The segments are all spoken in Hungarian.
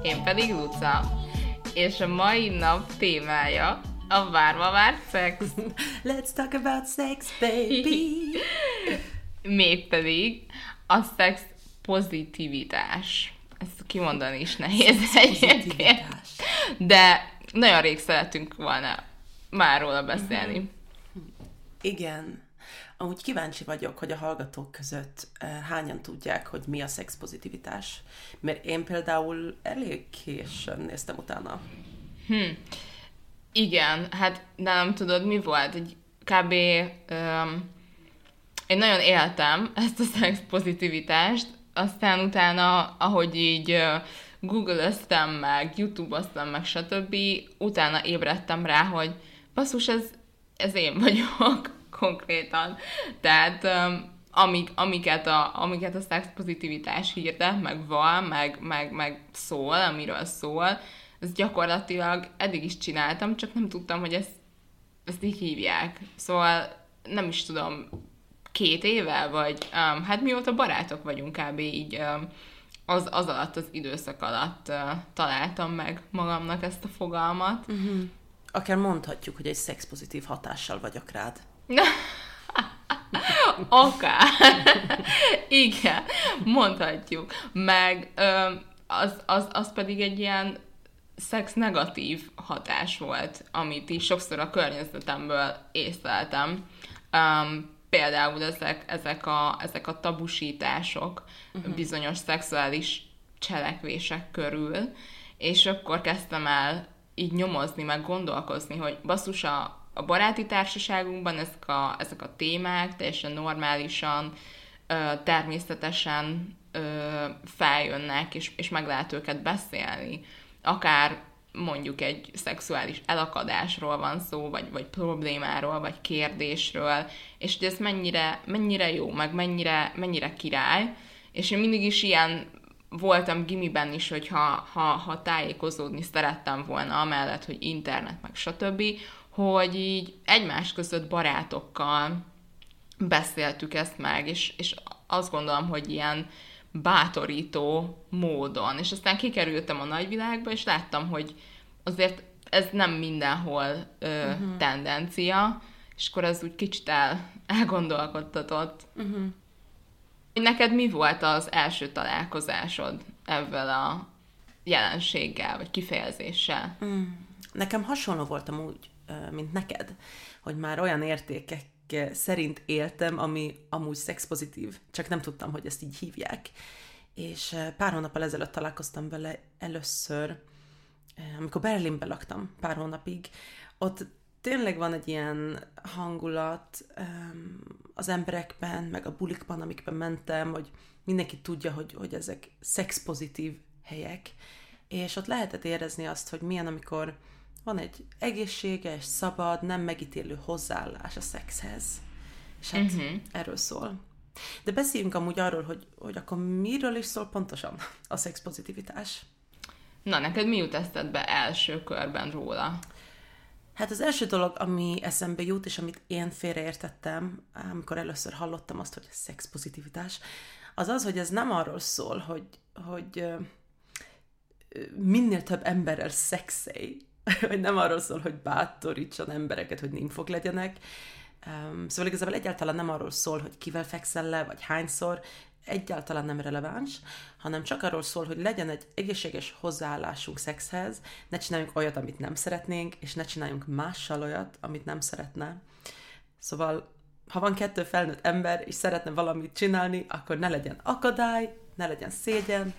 Én pedig Luca, és a mai nap témája a várva várt szex. Let's talk about sex, baby! Mégpedig a szex pozitivitás. Ezt kimondani is nehéz egyébként. De nagyon rég szeretünk volna már róla beszélni. Igen. Amúgy kíváncsi vagyok, hogy a hallgatók között hányan tudják, hogy mi a szexpozitivitás. Mert én például elég későn néztem utána. Igen, hát nem tudod, mi volt? Kb. Én nagyon éltem ezt a szexpozitivitást, aztán utána, ahogy így Google-öztem meg, YouTube-oztam meg, stb., utána ébredtem rá, hogy basszus, ez én vagyok konkrétan. Tehát amiket a szexpozitivitás hirdet, meg val, meg szól, amiről szól, ezt gyakorlatilag eddig is csináltam, csak nem tudtam, hogy ezt így hívják. Szóval nem is tudom, 2 éve, vagy hát mióta barátok vagyunk kb. Így az alatt, az időszak alatt találtam meg magamnak ezt a fogalmat. Akár mondhatjuk, hogy egy szexpozitív hatással vagyok rád. Akár. Igen, mondhatjuk. Meg az pedig egy ilyen szex negatív hatás volt, amit is sokszor a környezetemből észleltem. Például ezek a tabusítások bizonyos szexuális cselekvések körül, és akkor kezdtem el így nyomozni, meg gondolkozni, hogy basszus, a baráti társaságunkban ezek a témák teljesen normálisan, természetesen feljönnek, és meg lehet őket beszélni. Akár mondjuk egy szexuális elakadásról van szó, vagy problémáról, vagy kérdésről, és hogy ez mennyire jó, meg mennyire király. És én mindig is ilyen voltam gimiben is, hogy ha tájékozódni szerettem volna, amellett, hogy internet, meg stb., hogy így egymás között barátokkal beszéltük ezt meg, és azt gondolom, hogy ilyen bátorító módon. És aztán kikerültem a nagyvilágba, és láttam, hogy azért ez nem mindenhol tendencia, és akkor ez úgy kicsit elgondolkodtatott. Neked mi volt az első találkozásod ezzel a jelenséggel, vagy kifejezéssel? Nekem hasonló volt amúgy, mint neked, hogy már olyan értékek szerint éltem, ami amúgy szexpozitív, csak nem tudtam, hogy ezt így hívják. És pár hónappal ezelőtt találkoztam vele először, amikor Berlinben laktam pár hónapig. Ott tényleg van egy ilyen hangulat az emberekben, meg a bulikban, amikben mentem, hogy mindenki tudja, hogy ezek szexpozitív helyek, és ott lehetett érezni azt, hogy milyen, amikor van egy egészséges, szabad, nem megítélő hozzáállás a szexhez. És hát erről szól. De beszéljünk amúgy arról, hogy akkor miről is szól pontosan a szexpozitivitás. Na, neked mi jut eszedbe első körben róla? Hát az első dolog, ami eszembe jut, és amit én félreértettem, amikor először hallottam azt, hogy szexpozitivitás, az az, hogy ez nem arról szól, hogy minél több emberrel szexelj, vagy nem arról szól, hogy bátorítson embereket, hogy nymfok legyenek. Szóval igazából egyáltalán nem arról szól, hogy kivel fekszel le, vagy hányszor, egyáltalán nem releváns, hanem csak arról szól, hogy legyen egy egészséges hozzáállásunk szexhez, ne csináljunk olyat, amit nem szeretnénk, és ne csináljunk mással olyat, amit nem szeretne. Szóval, ha van 2 felnőtt ember, és szeretne valamit csinálni, akkor ne legyen akadály, ne legyen szégyen.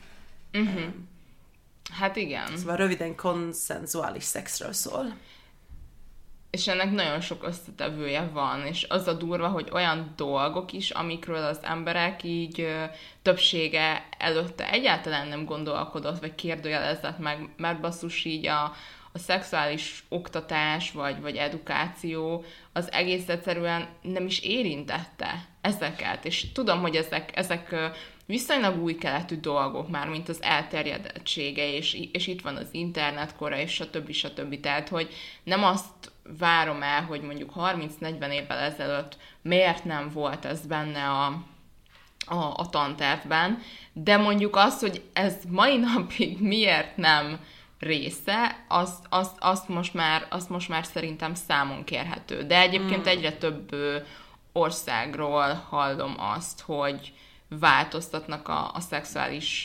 Hát igen. Szóval röviden konszenzuális szexről szól. És ennek nagyon sok összetevője van, és az a durva, hogy olyan dolgok is, amikről az emberek így többsége előtte egyáltalán nem gondolkodott, vagy kérdőjelezett meg, mert basszus így a szexuális oktatás, vagy edukáció az egész egyszerűen nem is érintette ezeket. És tudom, hogy ezek viszonylag új keletű dolgok már, mint az elterjedettsége, és itt van az internetkora, és stb. Tehát, hogy nem azt várom el, hogy mondjuk 30-40 évvel ezelőtt miért nem volt ez benne a tantervben, de mondjuk az, hogy ez mai napig miért nem része, azt most már szerintem számon kérhető. De egyébként egyre több országról hallom azt, hogy változtatnak a szexuális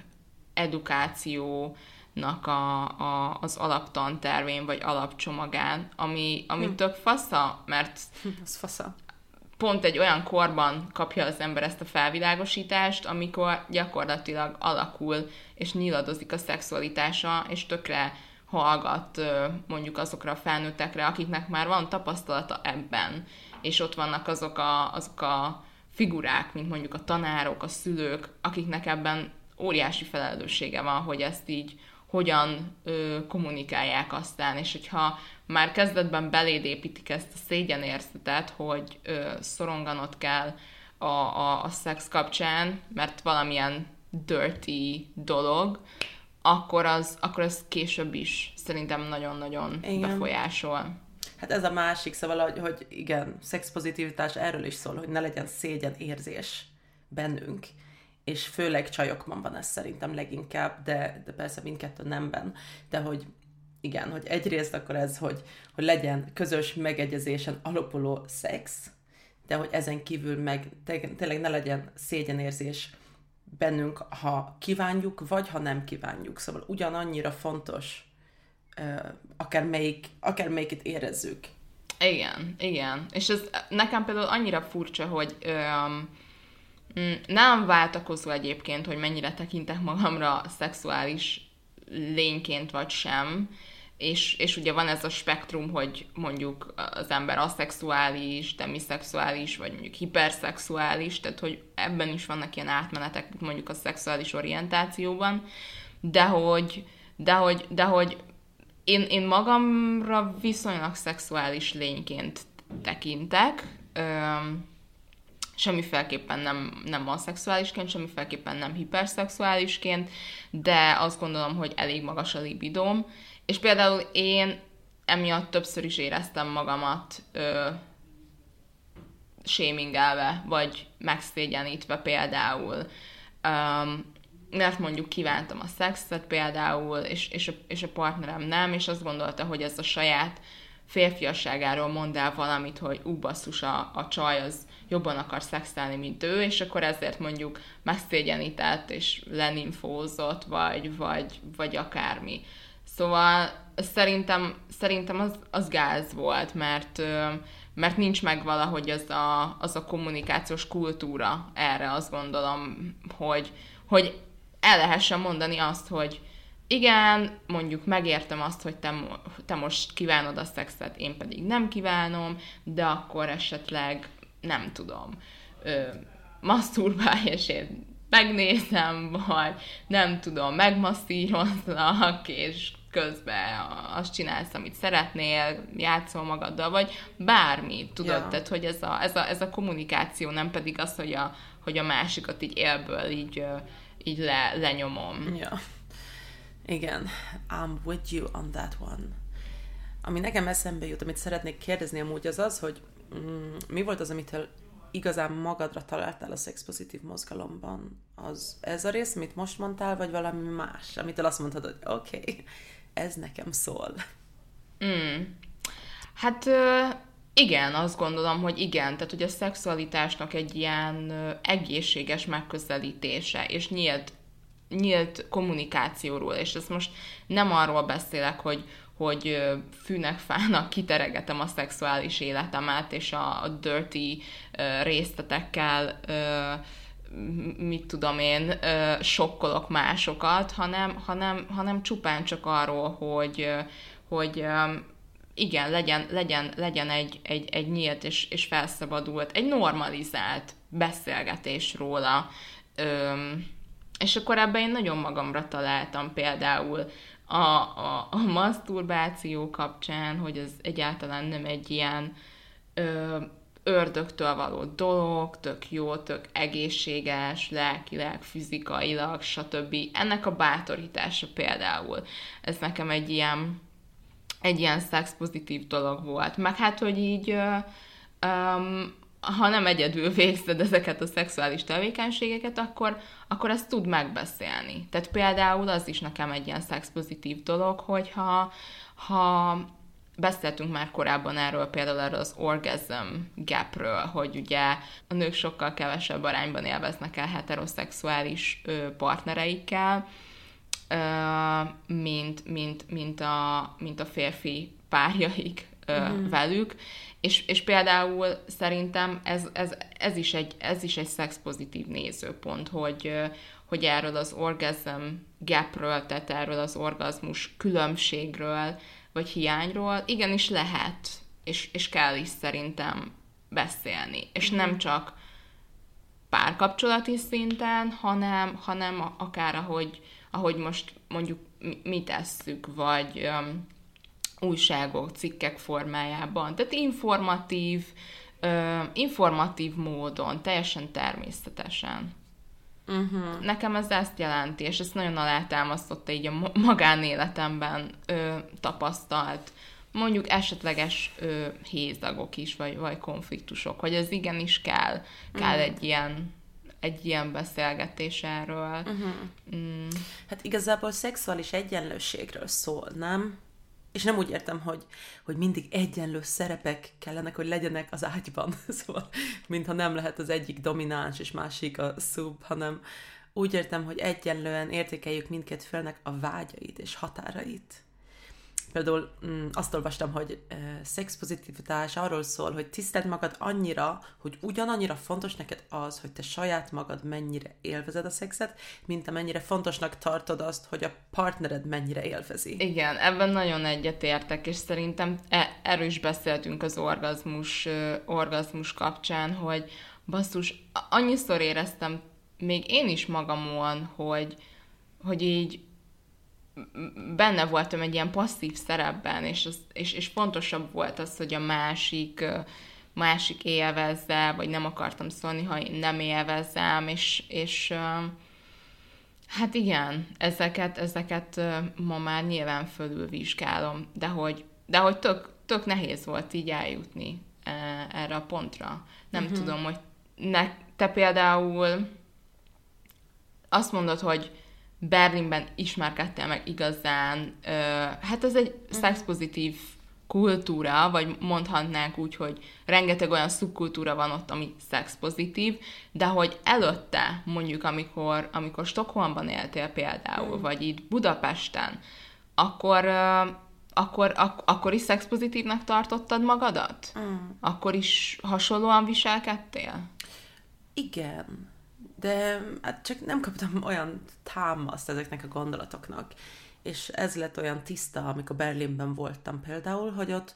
edukációnak az alaptantervén, vagy alapcsomagán, ami tök fasza, mert Az fasza. pont egy olyan korban kapja az ember ezt a felvilágosítást, amikor gyakorlatilag alakul és nyíladozik a szexualitása, és tökre hallgat mondjuk azokra a felnőttekre, akiknek már van tapasztalata ebben, és ott vannak azok a figurák, mint mondjuk a tanárok, a szülők, akiknek ebben óriási felelőssége van, hogy ezt így hogyan kommunikálják aztán, és hogyha már kezdetben beléd építik ezt a szégyenérzetet, hogy szoronganod kell a szex kapcsán, mert valamilyen dirty dolog, akkor az később is szerintem nagyon-nagyon befolyásol. Hát ez a másik, szóval, hogy igen, szexpozitivitás erről is szól, hogy ne legyen szégyen érzés bennünk, és főleg csajokban van ez szerintem leginkább, de persze mindkettő nemben, de hogy igen, hogy egyrészt akkor ez, hogy legyen közös megegyezésen alapuló szex, de hogy ezen kívül meg tényleg ne legyen szégyenérzés bennünk, ha kívánjuk, vagy ha nem kívánjuk. Szóval ugyanannyira fontos, akármelyiket érezzük. Igen. És ez nekem például annyira furcsa, hogy nem váltakozó egyébként, hogy mennyire tekintek magamra szexuális lényként vagy sem, és ugye van ez a spektrum, hogy mondjuk az ember aszexuális, demiszexuális, vagy mondjuk hiperszexuális, tehát hogy ebben is vannak ilyen átmenetek, mint mondjuk a szexuális orientációban, de hogy én magamra viszonylag szexuális lényként tekintek, semmiféleképpen nem aszexuálisként, semmiféleképpen nem hiperszexuálisként, de azt gondolom, hogy elég magas a libidóm, és például én emiatt többször is éreztem magamat shamingelve, vagy megszégyenítve például, mert mondjuk kívántam a szexet például, és a partnerem nem, és azt gondolta, hogy ez a saját férfiasságáról mond el valamit, hogy basszus, a csaj az jobban akar szexelni, mint ő, és akkor ezért mondjuk megszégyenített, és leninfózott, vagy akármi. Szóval szerintem az gáz volt, mert nincs meg valahogy az a kommunikációs kultúra erre, azt gondolom, hogy el lehessen mondani azt, hogy igen, mondjuk megértem azt, hogy te most kívánod a szexet, én pedig nem kívánom, de akkor esetleg, nem tudom, maszturbálj, és én megnézem, vagy nem tudom, megmasszírozlak, és közben azt csinálsz, amit szeretnél, játszol magaddal, vagy bármi, tudod, yeah. Tehát, hogy ez a kommunikáció, nem pedig az, hogy a másikat így élből így lenyomom. Yeah. Igen, I'm with you on that one. Ami nekem eszembe jut, amit szeretnék kérdezni amúgy az, hogy mi volt az, amitől igazán magadra találtál a szexpozitív mozgalomban? Az ez a rész, amit most mondtál, vagy valami más, amitől azt mondtad, hogy oké, ez nekem szól. Hát igen, azt gondolom, hogy igen, tehát hogy a szexualitásnak egy ilyen egészséges megközelítése, és nyílt kommunikációról, és ezt most nem arról beszélek, hogy fűnek-fának kiteregetem a szexuális életemet, és a dirty részletekkel mit tudom én, sokkolok másokat, hanem csupán csak arról, hogy igen, legyen egy nyílt és felszabadult, egy normalizált beszélgetés róla. És akkor ebben én nagyon magamra találtam például a maszturbáció kapcsán, hogy ez egyáltalán nem egy ilyen ördögtől való dolog, tök jó, tök egészséges, lelkileg, fizikailag, stb. Ennek a bátorítása például. Ez nekem egy ilyen szexpozitív dolog volt. Meg hát, hogy így ha nem egyedül végzed ezeket a szexuális tevékenységeket, akkor ezt tud megbeszélni. Tehát például az is nekem egy ilyen szexpozitív dolog, hogyha beszéltünk már korábban erről az orgasm gapről, hogy ugye a nők sokkal kevesebb arányban élveznek el heteroszexuális partnereikkel, mint a férfi párjaik velük, és például szerintem ez is egy szexpozitív nézőpont, hogy erről az orgasm gapről, tehát erről az orgazmus különbségről, vagy hiányról igenis lehet, és kell is szerintem beszélni. És nem csak párkapcsolati szinten, hanem akár ahogy most mondjuk mi tesszük, vagy újságok, cikkek formájában. Tehát informatív módon, teljesen természetesen. Nekem ez ezt jelenti, és ezt nagyon alátámasztotta így a magánéletemben tapasztalt, mondjuk esetleges hézagok is, vagy konfliktusok, hogy ez igenis kell egy ilyen beszélgetés erről. Hát igazából szexuális egyenlőségről szól, nem? És nem úgy értem, hogy mindig egyenlő szerepek kellenek, hogy legyenek az ágyban. Szóval, mintha nem lehet az egyik domináns és másik a szub, hanem úgy értem, hogy egyenlően értékeljük mindkét félnek a vágyait és határait. Például azt olvastam, hogy szexpozitivitás arról szól, hogy tiszteld magad annyira, hogy ugyanannyira fontos neked az, hogy te saját magad mennyire élvezed a szexet, mint amennyire fontosnak tartod azt, hogy a partnered mennyire élvezi. Igen, ebben nagyon egyetértek, és szerintem erről is beszéltünk az orgazmus kapcsán, hogy basszus, annyiszor éreztem még én is magamon, hogy így benne voltam egy ilyen passzív szerepben, és fontosabb volt az, hogy a másik élvezze, vagy nem akartam szólni, ha én nem élvezem, és hát igen, ezeket ma már nyilván fölülvizsgálom, de hogy tök nehéz volt így eljutni erre a pontra. Nem tudom, hogy te például azt mondod, hogy Berlinben ismerkedtél meg igazán, hát ez egy szexpozitív kultúra, vagy mondhatnánk úgy, hogy rengeteg olyan szubkultúra van ott, ami szexpozitív, de hogy előtte, mondjuk amikor Stockholmban éltél például, vagy itt Budapesten, akkor is szexpozitívnak tartottad magadat? Akkor is hasonlóan viselkedtél? Igen. De hát csak nem kaptam olyan támaszt ezeknek a gondolatoknak. És ez lett olyan tiszta, amikor Berlinben voltam például, hogy ott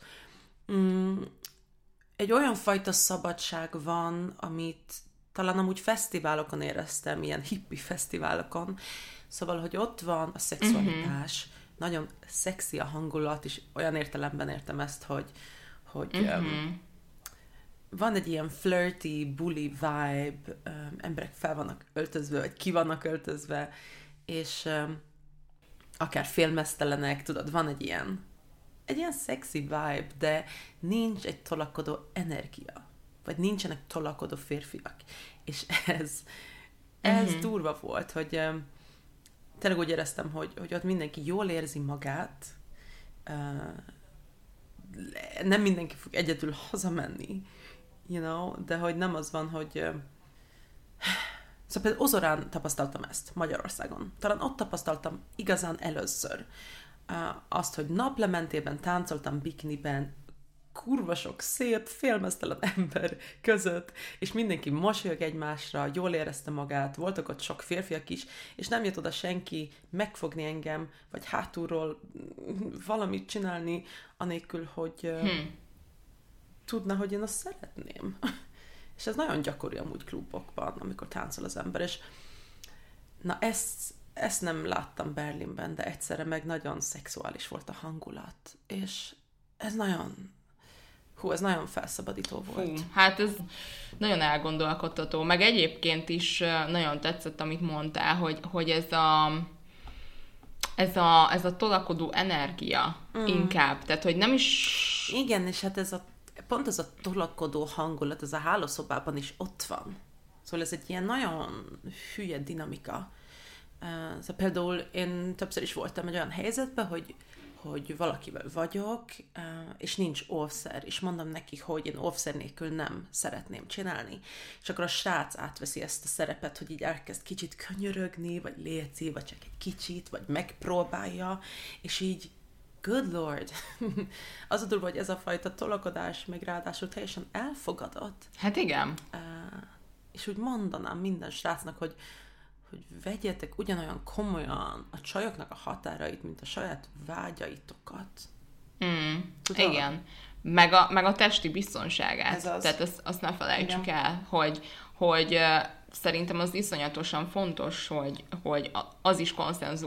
egy olyan fajta szabadság van, amit talán amúgy fesztiválokon éreztem, ilyen hippi fesztiválokon. Szóval, hogy ott van a szexualitás, nagyon szexi a hangulat, és olyan értelemben értem ezt, hogy van egy ilyen flirty, bully vibe, emberek fel vannak öltözve, vagy ki vannak öltözve, és akár félmeztelenek, tudod, van egy ilyen sexy vibe, de nincs egy tolakodó energia, vagy nincsenek tolakodó férfiak. És ez durva volt, hogy tényleg úgy éreztem, hogy ott mindenki jól érzi magát, nem mindenki fog egyedül hazamenni, de hogy nem az van, hogy szóval például Ozorán tapasztaltam ezt Magyarországon. Talán ott tapasztaltam igazán először azt, hogy naplementében táncoltam bikiniben, kurva sok szép, félmeztelen ember között, és mindenki mosolyog egymásra, jól érezte magát, voltak ott sok férfiak is, és nem jött oda senki megfogni engem, vagy hátulról valamit csinálni, anélkül, hogy tudna, hogy én azt szeretném. És ez nagyon gyakori amúgy klubokban, amikor táncol az ember, és na ezt nem láttam Berlinben, de egyszerre meg nagyon szexuális volt a hangulat, és ez nagyon felszabadító volt. Hát ez nagyon elgondolkodtató, meg egyébként is nagyon tetszett, amit mondtál, hogy ez a tolakodó energia inkább, tehát hogy nem is... Igen, és hát ez pont ez a tolakodó hangulat, ez a hálószobában is ott van. Szóval ez egy ilyen nagyon hülye dinamika. Szóval például én többször is voltam egy olyan helyzetben, hogy valakivel vagyok, és nincs óvszer, és mondom neki, hogy én óvszer nélkül nem szeretném csinálni. És akkor a srác átveszi ezt a szerepet, hogy így elkezd kicsit könyörögni, vagy léci, vagy csak egy kicsit, vagy megpróbálja, és így good lord. Az a durva, hogy ez a fajta tolakodás még ráadásul teljesen elfogadott. Hát igen. És úgy mondanám minden srácnak, hogy vegyetek ugyanolyan komolyan a csajoknak a határait, mint a saját vágyaitokat. Igen. Meg a testi biztonságát. Ez az. Tehát azt ne felejtsük el, hogy szerintem az iszonyatosan fontos, hogy az is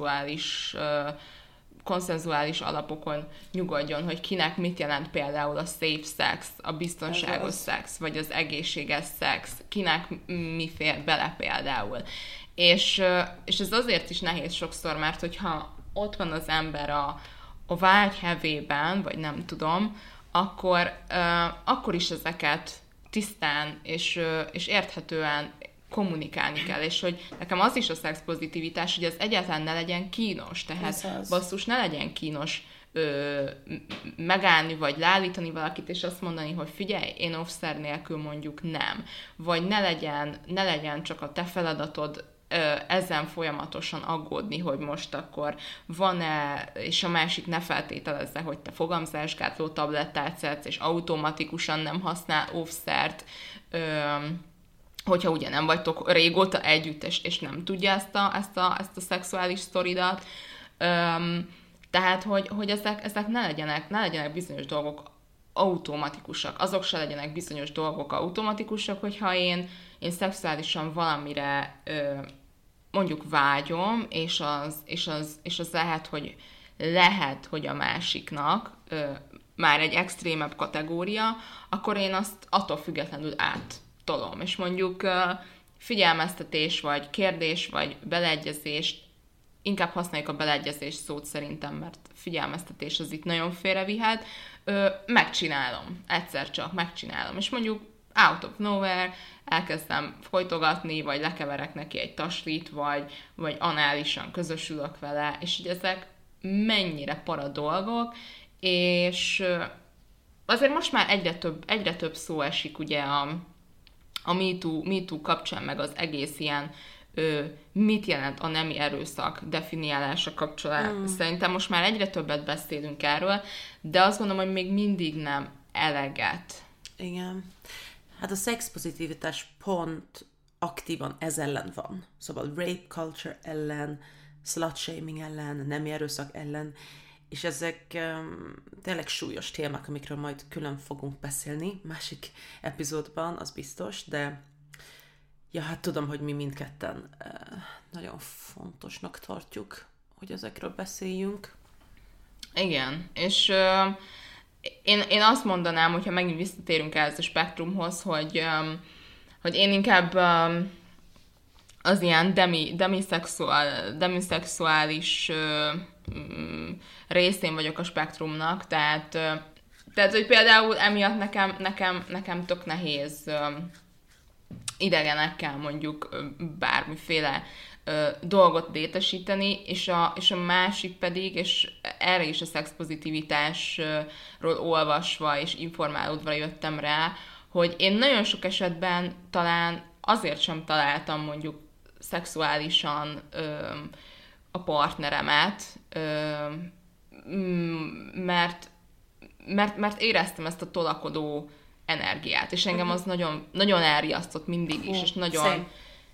konszenzuális alapokon nyugodjon, hogy kinek mit jelent például a safe sex, a biztonságos szex, vagy az egészséges szex, kinek mi fér bele például. És ez azért is nehéz sokszor, mert hogyha ott van az ember a vágy hevében, vagy nem tudom, akkor is ezeket tisztán és érthetően kommunikálni kell, és hogy nekem az is a szexpozitivitás, hogy az egyáltalán ne legyen kínos, tehát basszus, ne legyen kínos megállni, vagy leállítani valakit, és azt mondani, hogy figyelj, én offszer nélkül mondjuk nem. Vagy ne legyen csak a te feladatod ezen folyamatosan aggódni, hogy most akkor van-e, és a másik ne feltételezze, hogy te fogamzásgátló tablettát szedsz, és automatikusan nem használ offszert, hogyha ugye nem vagytok régóta együtt, és nem tudja ezt a szexuális sztoridat. Tehát, hogy ezek ne legyenek bizonyos dolgok automatikusak. Azok se legyenek bizonyos dolgok automatikusak, hogyha én szexuálisan valamire mondjuk vágyom, és az lehet, hogy a másiknak már egy extrémebb kategória, akkor én azt attól függetlenül áttolom. És mondjuk figyelmeztetés, vagy kérdés, vagy beleegyezés, inkább használjuk a beleegyezés szót szerintem, mert figyelmeztetés az itt nagyon félrevihet, megcsinálom. Egyszer csak megcsinálom. És mondjuk out of nowhere elkezdem folytogatni, vagy lekeverek neki egy taslit, vagy análisan közösülök vele, és hogy ezek mennyire para dolgok, és azért most már egyre több szó esik ugye a MeToo kapcsán, meg az egész ilyen mit jelent a nemi erőszak definiálása kapcsolatban. Szerintem most már egyre többet beszélünk erről, de azt gondolom, hogy még mindig nem eleget. Igen. Hát a szexpozitivitás pont aktívan ez ellen van. Szóval rape culture ellen, slut-shaming ellen, nemi erőszak ellen, és ezek tényleg súlyos témák, amikről majd külön fogunk beszélni másik epizódban, az biztos, de ja, hát tudom, hogy mi mindketten nagyon fontosnak tartjuk, hogy ezekről beszéljünk. Igen, és én azt mondanám, hogyha megint visszatérünk ehhez a spektrumhoz, hogy én inkább az ilyen demiszexuális részén vagyok a spektrumnak, tehát hogy például emiatt nekem tök nehéz idegenekkel mondjuk bármiféle dolgot létesíteni, és a másik pedig, és erre is a szexpozitivitásról olvasva és informálódva jöttem rá, hogy én nagyon sok esetben talán azért sem találtam mondjuk szexuálisan a partneremet, mert éreztem ezt a tolakodó energiát, és engem az nagyon, nagyon elriasztott mindig is, és nagyon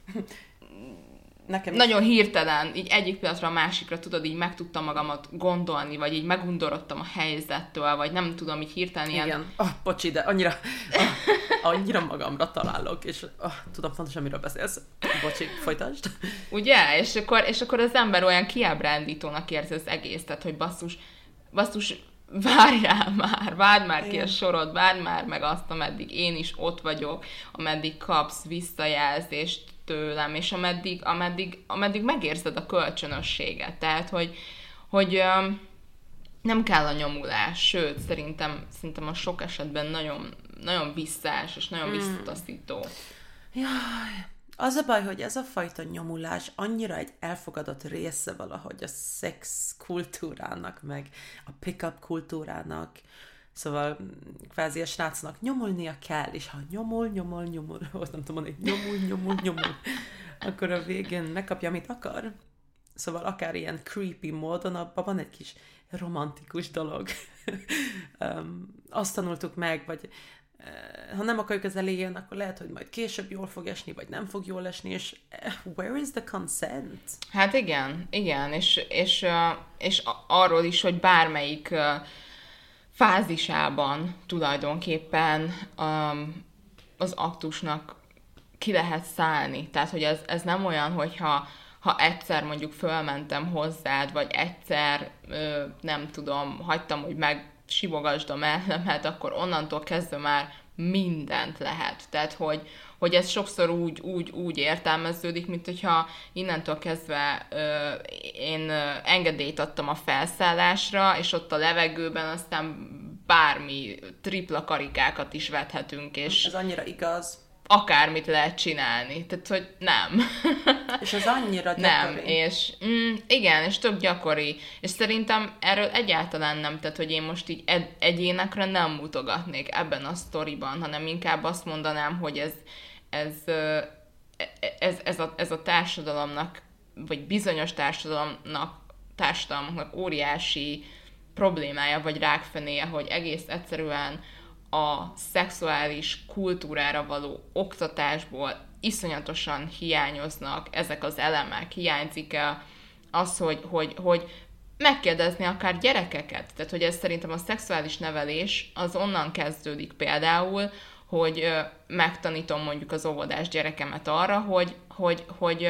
nagyon hirtelen, így egyik pillanatra a másikra, tudod, így meg tudtam magamat gondolni, vagy így megundorodtam a helyzettől, vagy nem tudom, így hirtelen ilyen... Igen, bocsi, de annyira magamra találok, és tudom pontosan, miről beszélsz. Bocsi, folytasd. Ugye? És akkor az ember olyan kiábrándítónak érzi az egész, tehát, hogy basszus, várjál már, várd már ki a sorod, várd már meg azt, ameddig én is ott vagyok, ameddig kapsz visszajelzést tőlem, és ameddig megérzed a kölcsönösséget. Tehát, hogy nem kell a nyomulás, sőt, szerintem a sok esetben nagyon, nagyon visszás és nagyon visszataszító. Jaj, az a baj, hogy ez a fajta nyomulás annyira egy elfogadott része valahogy a szex kultúrának, meg a pick-up kultúrának. Szóval kvázi a srácnak nyomulnia kell, és ha nyomul, azt nem tudom mondani, nyomul, akkor a végén megkapja, amit akar. Szóval akár ilyen creepy módon, abban van egy kis romantikus dolog. Azt tanultuk meg, vagy ha nem akarjuk az elején, akkor lehet, hogy majd később jól fog esni, vagy nem fog jól esni, és where is the consent? Hát igen, és arról is, hogy bármelyik fázisában tulajdonképpen az aktusnak ki lehet szállni. Tehát, hogy ez nem olyan, hogyha egyszer mondjuk fölmentem hozzád, vagy egyszer, nem tudom, hagytam, hogy megsimogasd a mellemet, akkor onnantól kezdve már mindent lehet. Tehát, hogy ez sokszor úgy értelmeződik, mint hogyha innentől kezdve én engedélyt adtam a felszállásra, és ott a levegőben aztán bármi tripla karikákat is vethetünk, és ez annyira igaz. Akármit lehet csinálni. Tehát, hogy nem. És ez annyira gyakori. Nem, és igen, és tök gyakori. És szerintem erről egyáltalán nem, tehát, hogy én most így egyénekre nem mutogatnék ebben a sztoriban, hanem inkább azt mondanám, hogy ez a társadalomnak, vagy bizonyos társadalomnak óriási problémája, vagy rákfenéje, hogy egész egyszerűen a szexuális kultúrára való oktatásból iszonyatosan hiányoznak ezek az elemek, hiányzik az, hogy megkérdezni akár gyerekeket. Tehát, hogy ez szerintem a szexuális nevelés az onnan kezdődik például, hogy megtanítom mondjuk az óvodás gyerekemet arra, hogy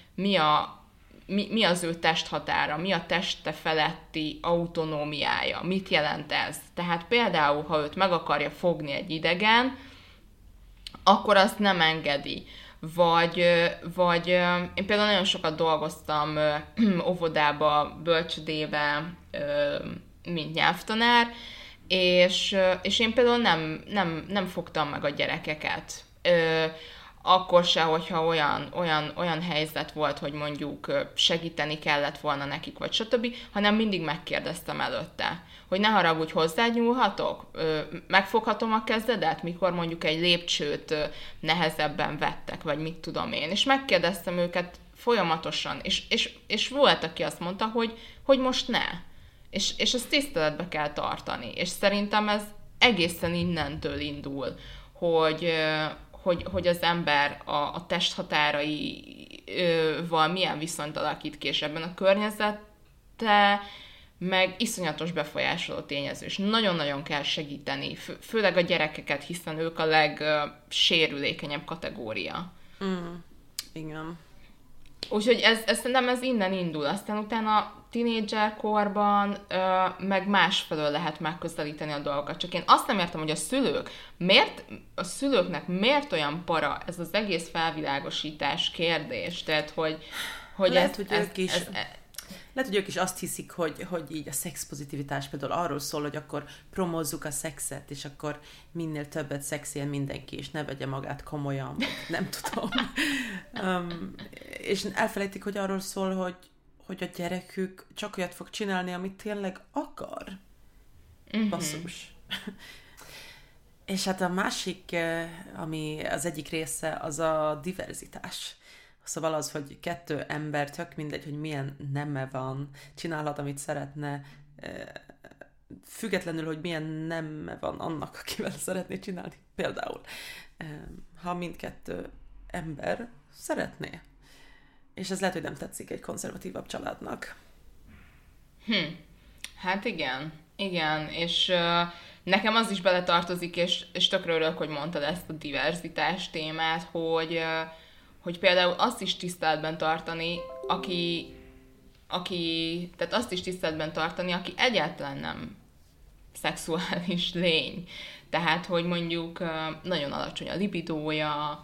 mi az ő testhatára, mi a teste feletti autonómiája, mit jelent ez. Tehát például, ha őt meg akarja fogni egy idegen, akkor azt nem engedi. Vagy én például nagyon sokat dolgoztam óvodába, bölcsödébe, mint nyelvtanár, és én például nem fogtam meg a gyerekeket. Akkor se, hogyha olyan helyzet volt, hogy mondjuk segíteni kellett volna nekik, vagy stb., hanem mindig megkérdeztem előtte, hogy ne haragudj, hozzád nyúlhatok? Megfoghatom a kezedet, mikor mondjuk egy lépcsőt nehezebben vettek, vagy mit tudom én. És megkérdeztem őket folyamatosan, és volt, aki azt mondta, hogy most ne. És ezt tiszteletbe kell tartani. És szerintem ez egészen innentől indul, hogy az ember a testhatáraival milyen viszonyt alakít ki, és ebben a környezete meg iszonyatos befolyásoló tényező, és nagyon-nagyon kell segíteni, főleg a gyerekeket, hiszen ők a legsérülékenyebb kategória. Igen. Úgyhogy szerintem ez innen indul, aztán utána tínédzser korban meg másfelől lehet megközelíteni a dolgokat. Csak én azt nem értem, hogy a szülőknek miért olyan para ez az egész felvilágosítás kérdés. Tehát, hogy lehet, hogy ők is azt hiszik, hogy így a szexpozitivitás például arról szól, hogy akkor promózzuk a szexet, és akkor minél többet szexél mindenki, és ne vegye magát komolyan, nem tudom. És elfelejtik, hogy arról szól, hogy a gyerekük csak olyat fog csinálni, amit tényleg akar. Basszus. És hát a másik, ami az egyik része, az a diverzitás. Szóval az, hogy kettő ember, tök mindegy, hogy milyen neme van, csinálhat, amit szeretne, függetlenül, hogy milyen neme van annak, akivel szeretné csinálni. Például, ha mindkettő ember szeretné. És ez lehet, hogy nem tetszik egy konzervatívabb családnak. Hát igen, és nekem az is beletartozik, és tökre örülök, hogy mondtad ezt a diverzitás témát, hogy például azt is tiszteletben tartani, tehát azt is tiszteletben tartani, aki egyáltalán nem szexuális lény. Tehát, hogy mondjuk nagyon alacsony a libidója,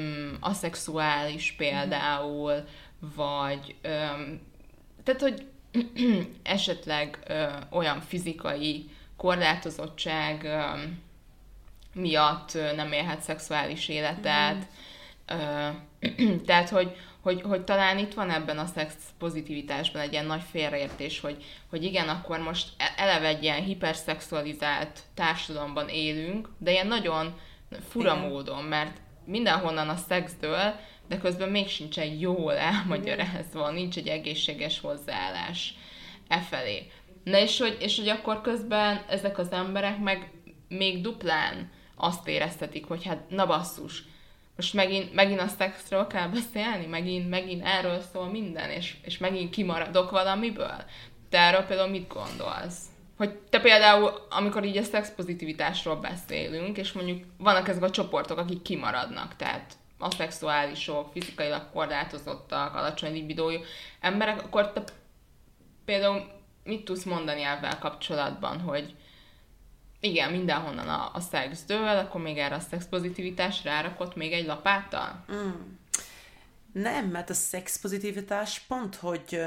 aszexuális például, vagy tehát, hogy esetleg olyan fizikai korlátozottság miatt nem élhet szexuális életet. Tehát, hogy talán itt van ebben a szex pozitivitásban egy ilyen nagy félreértés, hogy igen, akkor most eleve egy ilyen hiperszexualizált társadalomban élünk, de ilyen nagyon fura módon, mert mindenhonnan a szex dől, de közben még sincsen jól elmagyarázva, nincs egy egészséges hozzáállás felé. Na és hogy akkor közben ezek az emberek meg még duplán azt éreztetik, hogy hát na basszus, most megint a szexről kell beszélni, megint erről szól minden, és megint kimaradok valamiből. Te erről például mit gondolsz? Hogy te például, amikor így a szexpozitivitásról beszélünk, és mondjuk vannak ezek a csoportok, akik kimaradnak, tehát aszexuálisok, fizikailag korlátozottak, alacsony libidójú emberek, akkor te például mit tudsz mondani ezzel kapcsolatban, hogy igen, mindenhonnan a szex dől, akkor még erre a szexpozitivitásra rárakott még egy lapáttal? Nem, mert a szexpozitivitás pont, hogy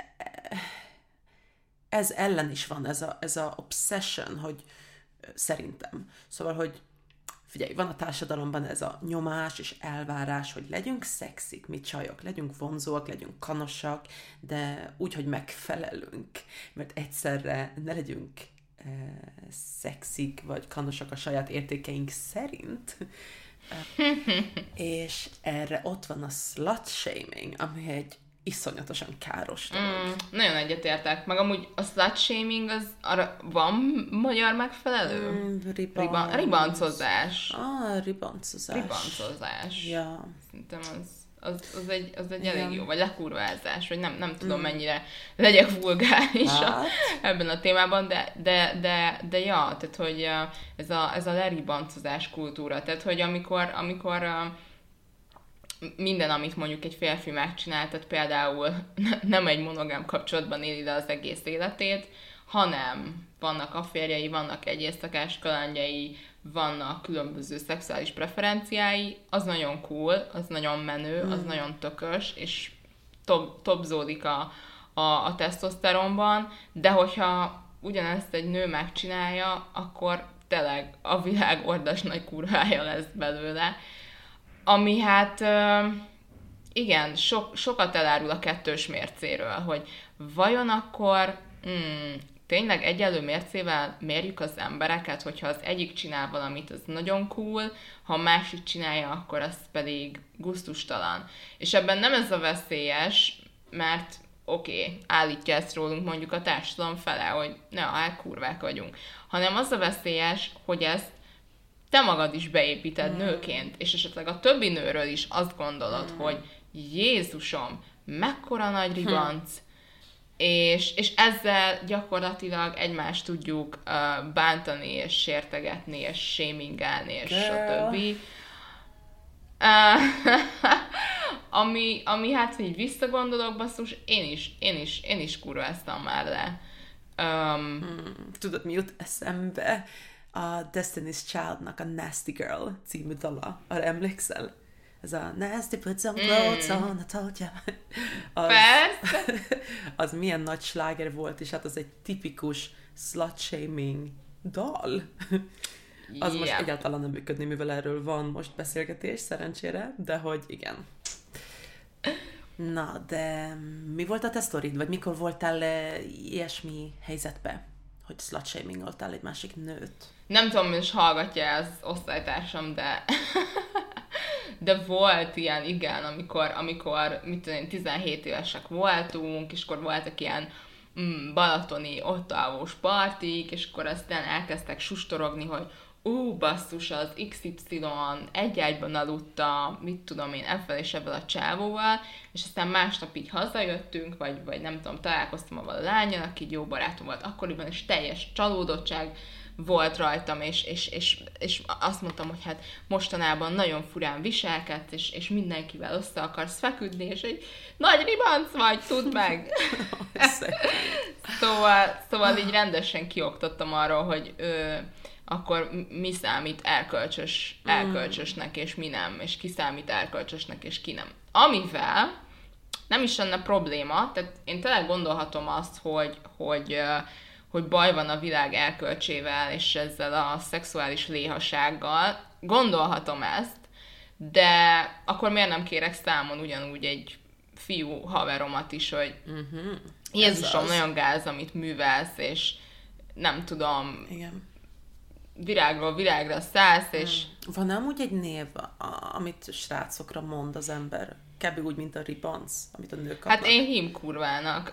ez ellen is van, ez a obsession, hogy szerintem. Szóval, hogy figyelj, van a társadalomban ez a nyomás és elvárás, hogy legyünk szexik, mi csajok, legyünk vonzóak, legyünk kanosak, de úgy, hogy megfelelünk, mert egyszerre ne legyünk szexik vagy kanosak a saját értékeink szerint. És erre ott van a slut shaming, ami egy iszonyatosan káros dolog. Nagyon egyetértek. Meg amúgy a slut shaming, az arra van magyar megfelelő? Ribancozás. Ribancozás. Ribancozás. Ja. Szerintem az egy elég jó, vagy lekurvázás, vagy nem tudom mennyire legyek vulgáris ebben a témában, de ja, tehát hogy ez a leribancozás kultúra, tehát hogy amikor minden, amit mondjuk egy férfi megcsinál, tehát például nem egy monogám kapcsolatban éli le az egész életét, hanem vannak afférjei, vannak egy éjszakás kalandjai, vannak különböző szexuális preferenciái, az nagyon cool, az nagyon menő, az nagyon tökös, és topzódik a tesztoszteronban, de hogyha ugyanezt egy nő megcsinálja, akkor tényleg a világ ordas nagy kurvája lesz belőle. Ami hát igen, sokat elárul a kettős mércéről, hogy vajon akkor tényleg egyenlő mércével mérjük az embereket, hogyha az egyik csinál valamit, az nagyon cool, ha a másik csinálja, akkor az pedig gusztustalan. És ebben nem ez a veszélyes, mert oké, állítja ezt rólunk mondjuk a társadalom fele, hogy hát kurvák vagyunk, hanem az a veszélyes, hogy ezt te magad is beépíted nőként, és esetleg a többi nőről is azt gondolod, hogy Jézusom, mekkora nagy ribanc, és ezzel gyakorlatilag egymást tudjuk bántani, és sértegetni, és shamingálni, és stb. Ami hát, hogy visszagondolok, basszus, én is kurváztam már le. Tudod, mi jut eszembe? A Destiny's Child-nak a Nasty Girl című dala. Arra emlékszel? Ez a Nasty put some clothes on, I told ya. Persze! Az milyen nagy sláger volt, és hát az egy tipikus slut-shaming dal. Az most egyáltalán nem működni, mivel erről van most beszélgetés, szerencsére, de hogy igen. Na, de mi volt a te sztorid? Vagy mikor voltál ilyesmi helyzetbe, hogy slut-shamingoltál egy másik nőt? Nem tudom, hogy hallgatja az osztálytársam, de volt ilyen, igen, amikor mit tudom én, 17 évesek voltunk, és akkor voltak ilyen balatoni ottalvós partik, és akkor aztán elkezdtek sustorogni, hogy basszus, az XY egy ágyban aludta, mit tudom én, ebben és ebből a csávóval, és aztán másnap így hazajöttünk, vagy nem tudom, találkoztam avval a lánnyal, aki jó barátom volt akkoriban, és teljes csalódottság volt rajtam, és azt mondtam, hogy hát mostanában nagyon furán viselkedsz, és mindenkivel össze akarsz feküdni, és egy nagy ribanc vagy, tudd meg! szóval így rendesen kioktattam arról, hogy akkor mi számít erkölcsösnek, és mi nem, és ki számít erkölcsösnek, és ki nem. Amivel nem is lenne probléma, tehát én tényleg gondolhatom azt, hogy baj van a világ erkölcsével, és ezzel a szexuális léhasággal. Gondolhatom ezt, de akkor miért nem kérek számon ugyanúgy egy fiú haveromat is, hogy Jézusom, nagyon gáz, amit művelsz, és nem tudom, igen. Virágról virágra szállsz, és... Van amúgy egy név, amit srácokra mond az ember? Kb. Úgy, mint a ribanc, amit a nők kapnak. Hát én hímkurvának.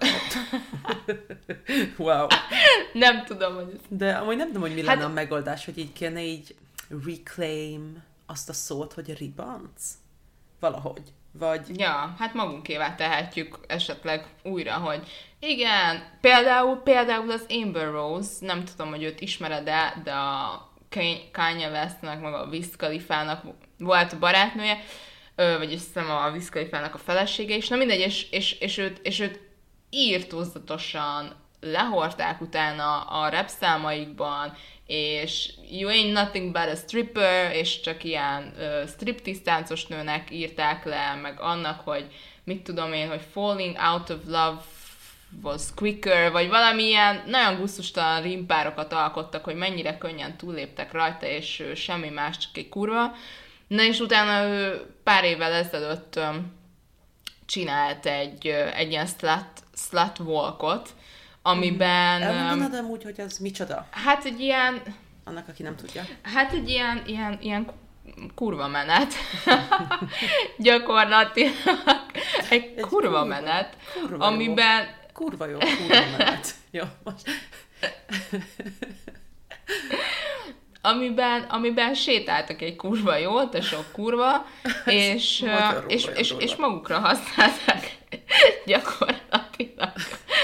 Wow. Nem tudom, hogy... De amúgy nem tudom, hogy mi lenne a megoldás, hogy így kéne így reclaim azt a szót, hogy ribanc? Valahogy. Vagy... Ja, hát magunkévá tehetjük esetleg újra, hogy igen, például az Amber Rose, nem tudom, hogy őt ismered-e, de a Kanye Westnek, meg a Wiz Khalifának volt a barátnője, vagy azt hiszem a Wiz Khalifának a felesége is, na mindegy, és őt írtózatosan lehorták utána a rap számaikban, és you ain't nothing but a stripper, és csak ilyen striptease táncos nőnek írták le, meg annak, hogy mit tudom én, hogy falling out of love was quicker, vagy valamilyen nagyon gusztustalan rímpárokat alkottak, hogy mennyire könnyen túlléptek rajta, és semmi más, csak egy kurva. Na és utána ő pár évvel ezelőtt csinált egy ilyen slut walkot, amiben... Elmondanod amúgy, hogy az micsoda? Hát egy ilyen... Annak, aki nem tudja. Hát egy ilyen kurva menet. Gyakorlatilag egy kurva menet, kurva amiben... Jó. Kurva jó, kurva menet. Jó, most... Amiben sétáltak egy kurva jót, a sok kurva, és magukra használták gyakorlatilag.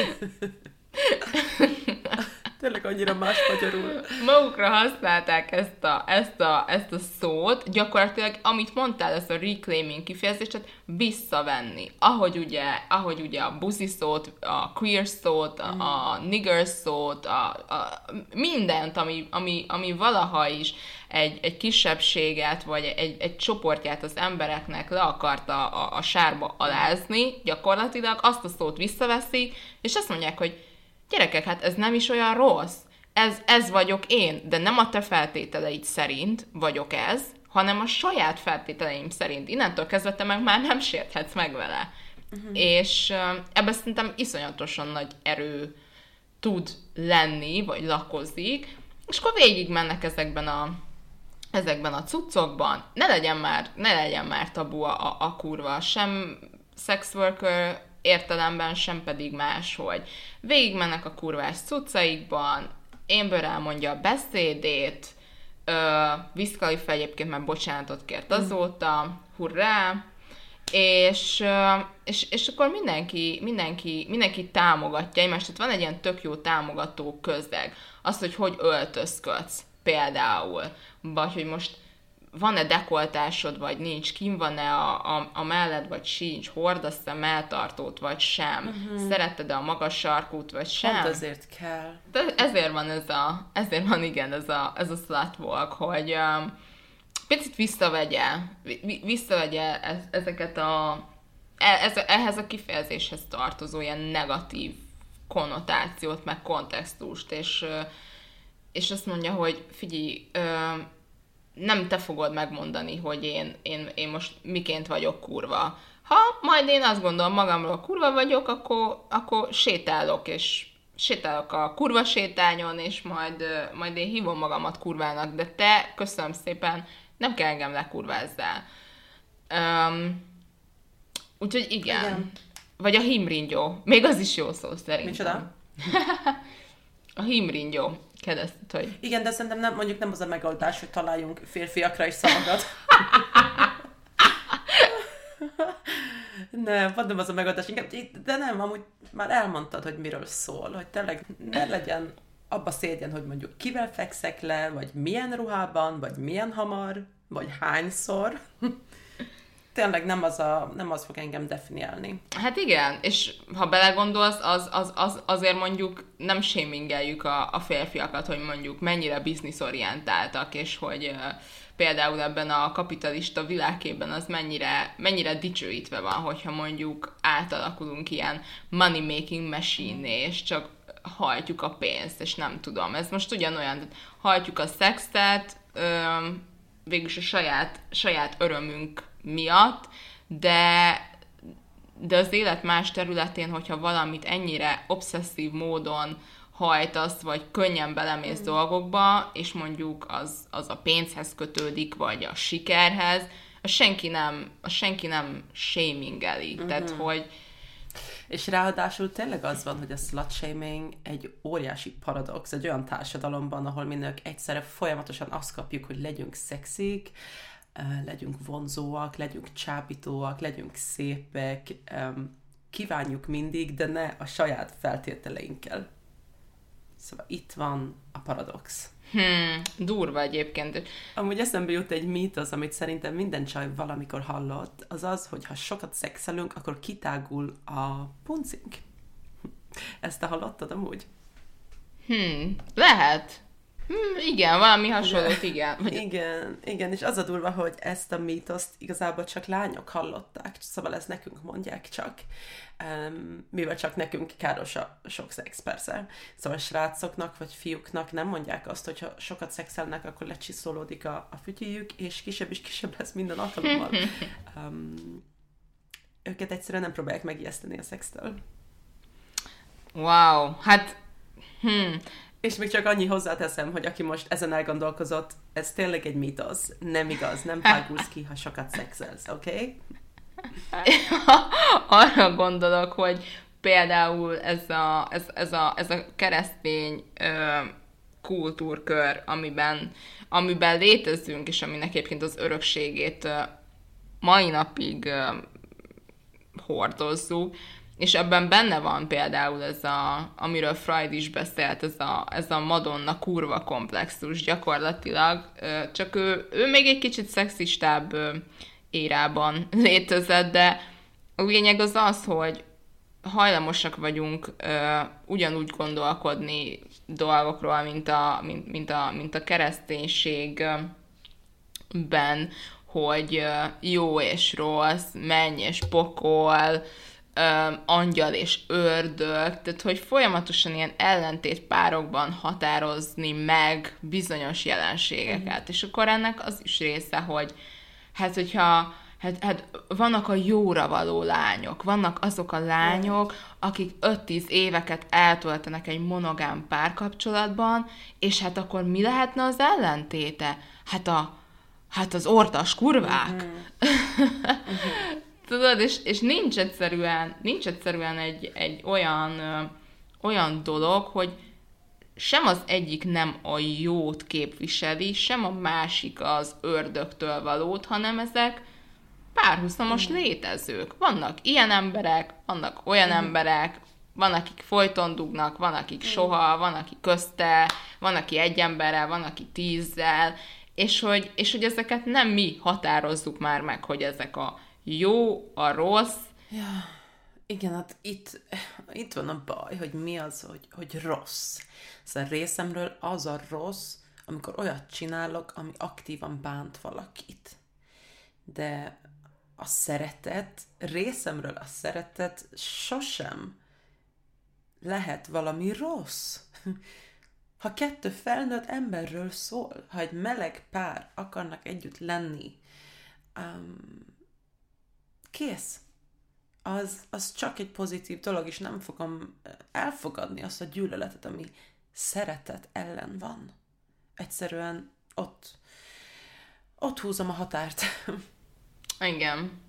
Tényleg annyira más magyarul. Magukra használták ezt a szót, gyakorlatilag, amit mondtál, ezt a reclaiming kifejezést, visszavenni. Ahogy ugye a buzi szót, a queer szót, a nigger szót, a mindent, ami valaha is egy kisebbséget, vagy egy csoportját az embereknek le akarta a sárba alázni, gyakorlatilag azt a szót visszaveszik, és azt mondják, hogy gyerekek, hát ez nem is olyan rossz. Ez vagyok én, de nem a te feltételeid szerint vagyok ez, hanem a saját feltételeim szerint. Innentől kezdve te meg már nem sérthetsz meg vele. És ebben szerintem iszonyatosan nagy erő tud lenni, vagy lakozik, és akkor végig mennek ezekben a cuccokban. Ne legyen már tabu a kurva, sem sex worker értelemben, sem pedig máshogy. Végigmennek a kurvás cuccaikban, Amber elmondja a beszédét, Wiz Khalifa egyébként már bocsánatot kért azóta, hurrá, és akkor mindenki támogatja egymást, tehát van egy ilyen tök jó támogató közeg. Azt, hogy öltözködsz például, vagy hogy most van-e dekoltásod, vagy nincs, kim van-e a melled, vagy sincs, hordasz-e melltartót, vagy sem, szereted-e a magas sarkút, vagy sem. Pont ezért kell. De ezért van igen ez a slut walk, hogy picit visszavegye ezeket ehhez a kifejezéshez tartozó ilyen negatív konnotációt, meg kontextust, és azt mondja, hogy figyelj, nem te fogod megmondani, hogy én most miként vagyok kurva. Ha majd én azt gondolom magamról kurva vagyok, akkor sétálok, és sétálok a kurva sétányon, és majd én hívom magamat kurvának, de te, köszönöm szépen, nem kell engem lekurvázzál. Úgyhogy igen. Vagy a hímringyó. Még az is jó szó szerintem. Micsoda? A hímringyó. Kérdezted, hogy... Igen, de szerintem mondjuk nem az a megoldás, hogy találjunk férfiakra is szavakat. Nem, nem az a megoldás. Inkább, de nem, amúgy már elmondtad, hogy miről szól, hogy tényleg ne legyen abba szégyen, hogy mondjuk kivel fekszek le, vagy milyen ruhában, vagy milyen hamar, vagy hányszor. tényleg nem az fog engem definiálni. Hát igen, és ha belegondolsz, azért mondjuk nem shamingeljük a férfiakat, hogy mondjuk mennyire bizniszorientáltak, és hogy például ebben a kapitalista világképben az mennyire dicsőítve van, hogyha mondjuk átalakulunk ilyen money-making machine, és csak hajtjuk a pénzt, és nem tudom. Ez most ugyanolyan, hajtjuk a szexet, végülis a saját örömünk miatt, de az élet más területén, hogyha valamit ennyire obszesszív módon hajtasz, vagy könnyen belemész dolgokba, és mondjuk az a pénzhez kötődik, vagy a sikerhez, a senki nem shamingeli. Tehát, hogy és ráadásul tényleg az van, hogy a slut-shaming egy óriási paradox, egy olyan társadalomban, ahol mi nők egyszerre folyamatosan azt kapjuk, hogy legyünk szexik, legyünk vonzóak, legyünk csábítóak, legyünk szépek, kívánjuk mindig, de ne a saját feltételeinkkel. Szóval itt van a paradox. Durva egyébként. Amúgy eszembe jut egy mítosz, amit szerintem minden csaj valamikor hallott, az az, hogy ha sokat szexelünk, akkor kitágul a puncink. Ezt te hallottad amúgy? Lehet. Igen, valami hasonlót, igen. Igen, és az a durva, hogy ezt a mítoszt igazából csak lányok hallották, szóval ezt nekünk mondják csak, mivel csak nekünk káros a sok szex, persze. Szóval srácoknak vagy fiúknak nem mondják azt, hogy ha sokat szexelnek, akkor lecsiszolódik a fütyüjük, és kisebb lesz minden alkalommal. Őket egyszerűen nem próbálják megijeszteni a szextől. Wow, hát És még csak annyi hozzáteszem, hogy aki most ezen elgondolkozott, ez tényleg egy mítosz. Nem igaz, nem tágulsz ki, ha sokat szexelsz, oké? Okay? Arra gondolok, hogy például ez a keresztény kultúrkör, amiben létezünk, és aminek egyébként az örökségét mai napig hordozzuk, és ebben benne van például amiről Freud is beszélt, ez a Madonna kurva komplexus gyakorlatilag, csak ő még egy kicsit szexistább érában létezett, de a lényeg az, hogy hajlamosak vagyunk ugyanúgy gondolkodni dolgokról, mint a kereszténységben, hogy jó és rossz, menny és pokol, angyal és ördög, tehát hogy folyamatosan ilyen ellentétpárokban határozni meg bizonyos jelenségeket. És akkor ennek az is része, hogy hát vannak a jóra való lányok, vannak azok a lányok, akik 5-10 éveket eltöltenek egy monogám párkapcsolatban, és hát akkor mi lehetne az ellentéte? Hát az ordas kurvák. Tudod, és nincs egyszerűen egy olyan dolog, hogy sem az egyik nem a jót képviseli, sem a másik az ördögtől valót, hanem ezek párhuzamos létezők. Vannak ilyen emberek, vannak olyan emberek, van, akik folyton dugnak, van, akik soha, van, aki közte, van, aki egy emberrel, van, aki 10-zel, és hogy ezeket nem mi határozzuk már meg, hogy ezek a jó, a rossz. Ja, igen, hát itt van a baj, hogy mi az, hogy rossz. Szóval részemről az a rossz, amikor olyat csinálok, ami aktívan bánt valakit. De a szeretet, részemről a szeretet sosem lehet valami rossz. Ha 2 felnőtt emberről szól, ha egy meleg pár akarnak együtt lenni, kész. Az csak egy pozitív dolog, és nem fogom elfogadni azt a gyűlöletet, ami szeretet ellen van. Egyszerűen ott húzom a határt. Igen.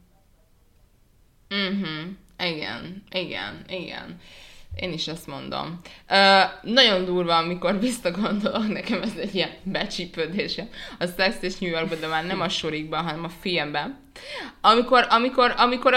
Igen. Én is ezt mondom. Nagyon durva, amikor visszagondolok, nekem ez egy ilyen becsípődés a Sex és New Yorkban, de már nem a sorikban, hanem a filmben. Amikor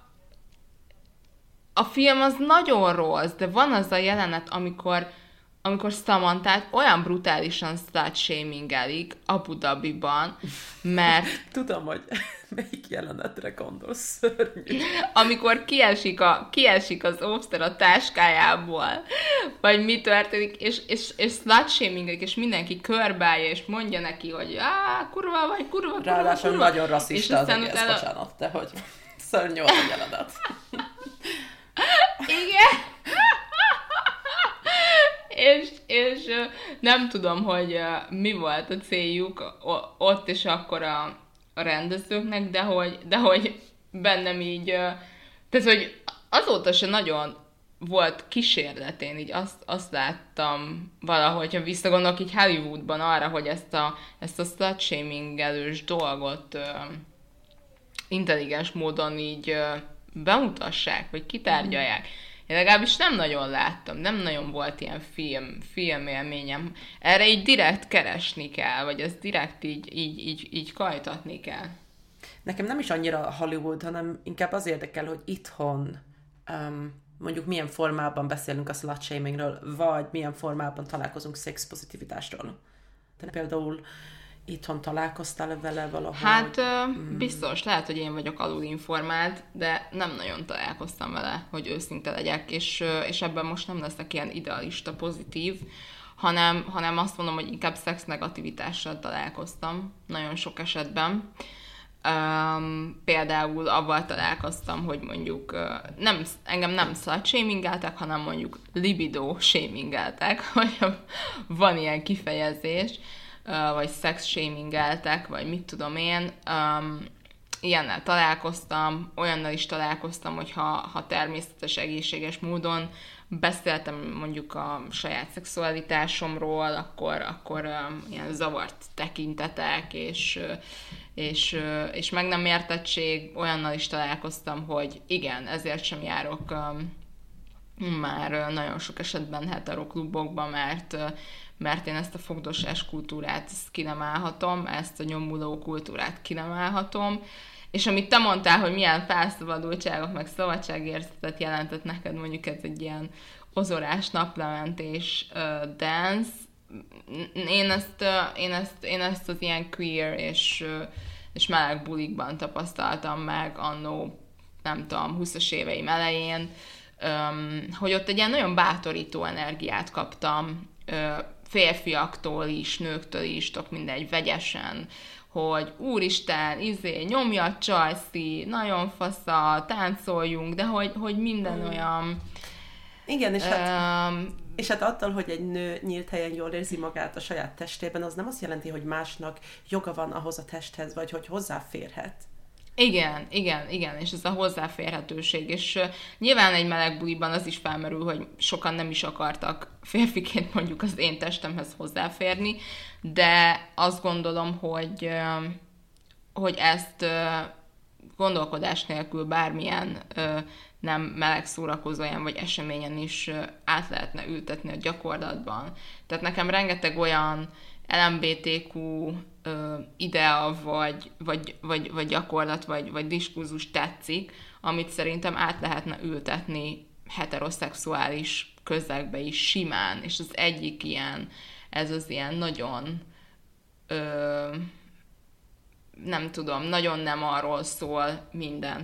a film az nagyon rossz, de van az a jelenet, amikor Samanthát olyan brutálisan slut-shamingelik Abu Dhabiban, mert... Tudom, hogy... Melyik jelenetre gondolsz? Szörnyű. Amikor kiesik az óvszer a táskájából, vagy mi történik, és slutshamingek, és mindenki körbeállja, és mondja neki, hogy kurva vagy, kurva. Ráadásul nagyon rasszista az egész, utána... bocsánat, de hogy szörnyű volt a jelenet. Igen. és nem tudom, hogy mi volt a céljuk ott és akkor a rendezőknek, de hogy bennem így, tehát hogy azóta se nagyon volt kísérlet, én így azt láttam valahogy, ha visszagondolok így Hollywoodban arra, hogy ezt a slut-shaming-elős dolgot intelligens módon így bemutassák, vagy kitárgyalják. Én legalábbis nem nagyon láttam, nem nagyon volt ilyen filmélményem. Erre így direkt keresni kell, vagy ezt direkt így kajtatni kell. Nekem nem is annyira Hollywood, hanem inkább az érdekel, hogy itthon mondjuk milyen formában beszélünk a slut-shamingről, vagy milyen formában találkozunk szexpozitivitásról. Te például itthon találkoztál vele valahol? Hát biztos, lehet, hogy én vagyok alulinformált, de nem nagyon találkoztam vele, hogy őszinte legyek, és ebben most nem leszek ilyen idealista, pozitív, hanem azt mondom, hogy inkább szexnegativitással találkoztam nagyon sok esetben. Például avval találkoztam, hogy mondjuk engem nem slut-shamingeltek, hanem mondjuk libido-shamingeltek, hogy van ilyen kifejezés, vagy sex-shamingeltek, vagy mit tudom én. Ilyennel találkoztam, olyannal is találkoztam, hogy ha természetes, egészséges módon beszéltem mondjuk a saját szexualitásomról, akkor ilyen zavart tekintetek, és meg nem értettség, olyannal is találkoztam, hogy igen, ezért sem járok már nagyon sok esetben heteroklubokba, mert én ezt a fogdosás kultúrát ki nem állhatom, ezt a nyomuló kultúrát ki nem állhatom, és amit te mondtál, hogy milyen felszabadultságok, meg szabadságérzetet jelentett neked, mondjuk ez egy ilyen ozorás, naplementés dance, én ezt az ilyen queer és meleg bulikban tapasztaltam meg annó, nem tudom, 20-as éveim elején, hogy ott egy ilyen nagyon bátorító energiát kaptam, férfiaktól is, nőktől is, tök mindegy, vegyesen, hogy úristen, nyomja csajszi, nagyon fasza, táncoljunk, de hogy minden olyan... Igen, és hát attól, hogy egy nő nyílt helyen jól érzi magát a saját testében, az nem azt jelenti, hogy másnak joga van ahhoz a testhez, vagy hogy hozzáférhet. Igen, és ez a hozzáférhetőség, és nyilván egy meleg buliban az is felmerül, hogy sokan nem is akartak férfiként mondjuk az én testemhez hozzáférni, de azt gondolom, hogy ezt gondolkodás nélkül bármilyen nem meleg szórakozóján vagy eseményen is át lehetne ültetni a gyakorlatban. Tehát nekem rengeteg olyan LMBTQ idea, vagy gyakorlat, vagy diskurzus tetszik, amit szerintem át lehetne ültetni heteroszexuális közegbe is simán, és az egyik ilyen, ez az ilyen nagyon nem tudom, nagyon nem arról szól minden,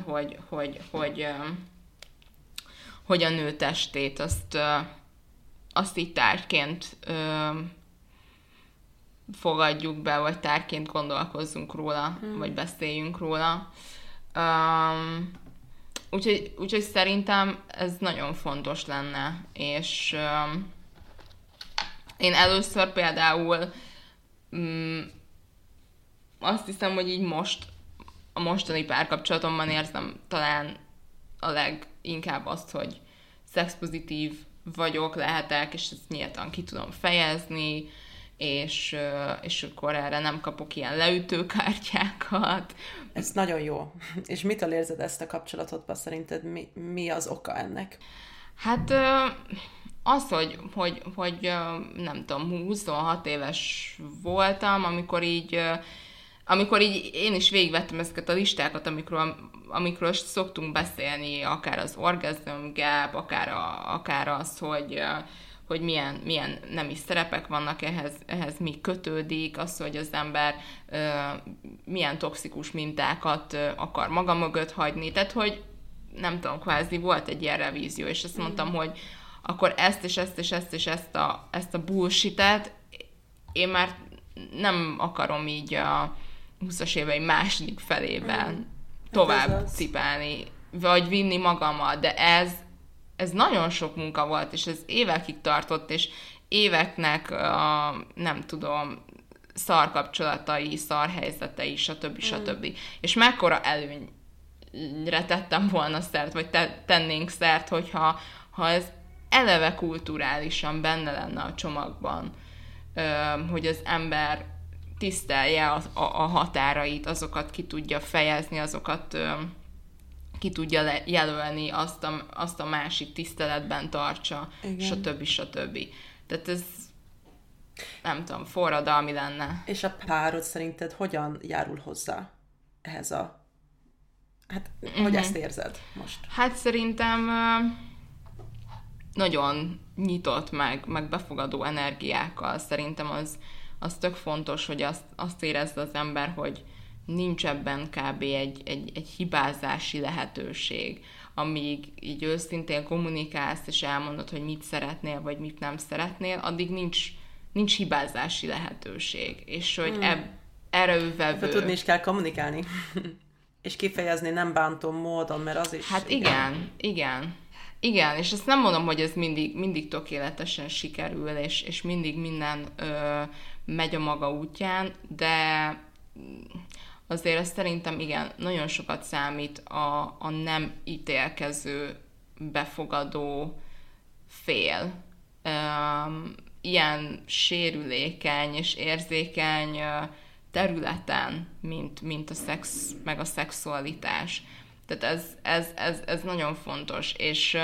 hogy a nő testét azt így tárgyként fogadjuk be, vagy tárgyként gondolkozzunk róla, vagy beszéljünk róla. Úgyhogy szerintem ez nagyon fontos lenne, és én először például azt hiszem, hogy így a mostani párkapcsolatomban érzem talán a leginkább azt, hogy szexpozitív vagyok, lehetek, és ezt nyíltan ki tudom fejezni, és akkor erre nem kapok ilyen leütőkártyákat. Ez nagyon jó. És mitől érzed ezt a kapcsolatodban? Szerinted mi az oka ennek? Hát az, hogy nem tudom, 26 éves voltam, amikor így én is végigvettem ezeket a listákat, amikről szoktunk beszélni, akár az orgasm gap, akár az, hogy milyen nemi szerepek vannak ehhez mi kötődik, az, hogy az ember milyen toxikus mintákat akar maga mögött hagyni. Tehát, hogy nem tudom, kvázi volt egy ilyen revízió, és azt mondtam, hogy akkor ezt a bullshit-et én már nem akarom így a 20-as évei második felében tovább cipelni, vagy vinni magammal, de ez nagyon sok munka volt, és ez évekig tartott, és éveknek nem tudom, szarkapcsolatai, szarhelyzetei, stb. És mekkora előnyre tettem volna szert, vagy tennénk szert, hogyha ez eleve kulturálisan benne lenne a csomagban, hogy az ember tisztelje a határait, azokat ki tudja fejezni, azokat ki tudja jelölni, azt a másik tiszteletben tartsa, stb. Tehát ez, nem tudom, forradalmi lenne. És a párod szerinted hogyan járul hozzá ehhez hogy ezt érzed most? Hát szerintem nagyon nyitott meg befogadó energiákkal. Szerintem az tök fontos, hogy azt érezze az ember, hogy nincs ebben kb. egy hibázási lehetőség, amíg így őszintén kommunikálsz, és elmondod, hogy mit szeretnél, vagy mit nem szeretnél, addig nincs hibázási lehetőség. És hogy erre ő vevő. Tudni is kell kommunikálni. És kifejezni nem bántó módon, mert az is... Hát igen, és ezt nem mondom, hogy ez mindig tökéletesen sikerül, és mindig minden megy a maga útján, de azért szerintem igen, nagyon sokat számít a nem ítélkező, befogadó fél. Ilyen sérülékeny és érzékeny területen, mint a szex, meg a szexualitás. Tehát ez nagyon fontos, és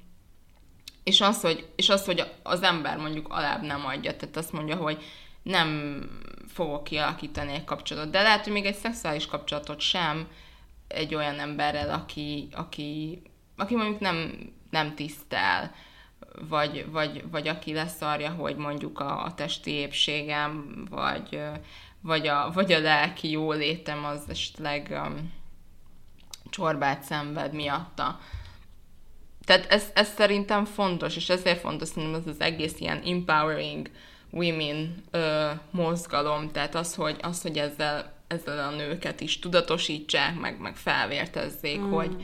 az, hogy az ember mondjuk alább nem adja, tehát azt mondja, hogy nem fogok kialakítani egy kapcsolatot, de lehet, hogy még egy szexuális kapcsolatot sem egy olyan emberrel, aki mondjuk nem tisztel, vagy aki leszarja, hogy mondjuk a testi épségem, vagy a lelki jólétem az esetleg csorbát szenved miatta. Tehát ez szerintem fontos, és ezért fontos szerintem az egész ilyen empowering women mozgalom, tehát az, hogy ezzel a nőket is tudatosítsák, meg felvértezzék,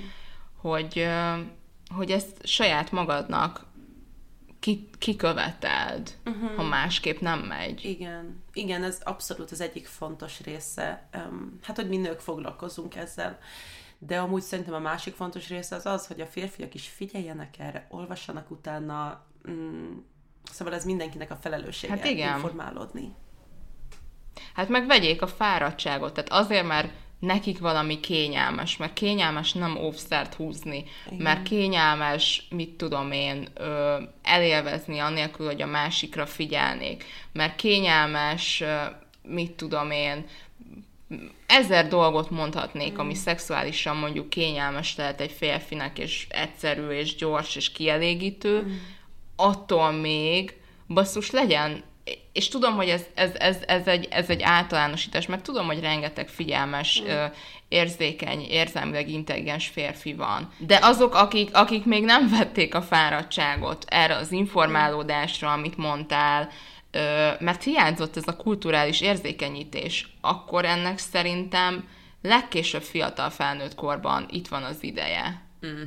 hogy ezt saját magadnak kiköveteld, ha másképp nem megy. Igen, ez abszolút az egyik fontos része. Hát, hogy mi nők foglalkozunk ezzel. De amúgy szerintem a másik fontos része az, hogy a férfiak is figyeljenek erre, olvassanak utána, szóval ez mindenkinek a felelőssége informálódni. Hát meg vegyék a fáradtságot, tehát azért, mert nekik valami kényelmes, mert kényelmes nem óvszert húzni, mert kényelmes, mit tudom én, elélvezni anélkül, hogy a másikra figyelnék, mert kényelmes, mit tudom én, 1000 dolgot mondhatnék, ami szexuálisan mondjuk kényelmes lehet egy férfinek, és egyszerű, és gyors, és kielégítő, attól még basszus legyen, és tudom, hogy ez egy általánosítás, mert tudom, hogy rengeteg figyelmes, érzékeny, érzelmileg intelligens férfi van. De azok, akik még nem vették a fáradtságot erre az informálódásra, amit mondtál, mert hiányzott ez a kulturális érzékenyítés, akkor ennek szerintem legkésőbb fiatal felnőtt korban itt van az ideje.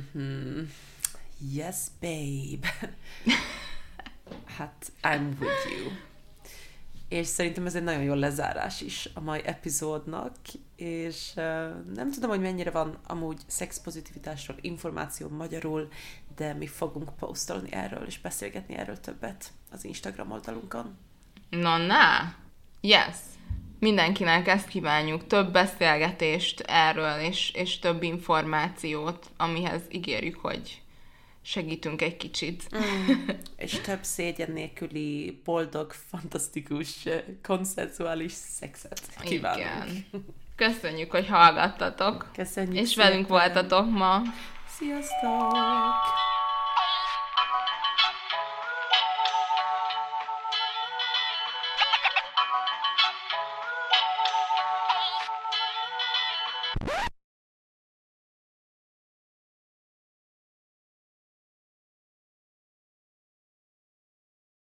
Yes, babe. Hát, I'm with you. És szerintem ez egy nagyon jó lezárás is a mai epizódnak, és nem tudom, hogy mennyire van amúgy szexpozitivitásról információ magyarul, de mi fogunk posztolni erről, és beszélgetni erről többet az Instagram oldalunkon. Na! Yes! Mindenkinek ezt kívánjuk, több beszélgetést erről, és több információt, amihez ígérjük, hogy segítünk egy kicsit. És több szégyen nélküli, boldog, fantasztikus, konszenzuális szexet kívánunk. Igen. Köszönjük, hogy hallgattatok. Köszönjük és velünk voltatok ma. Sziasztok!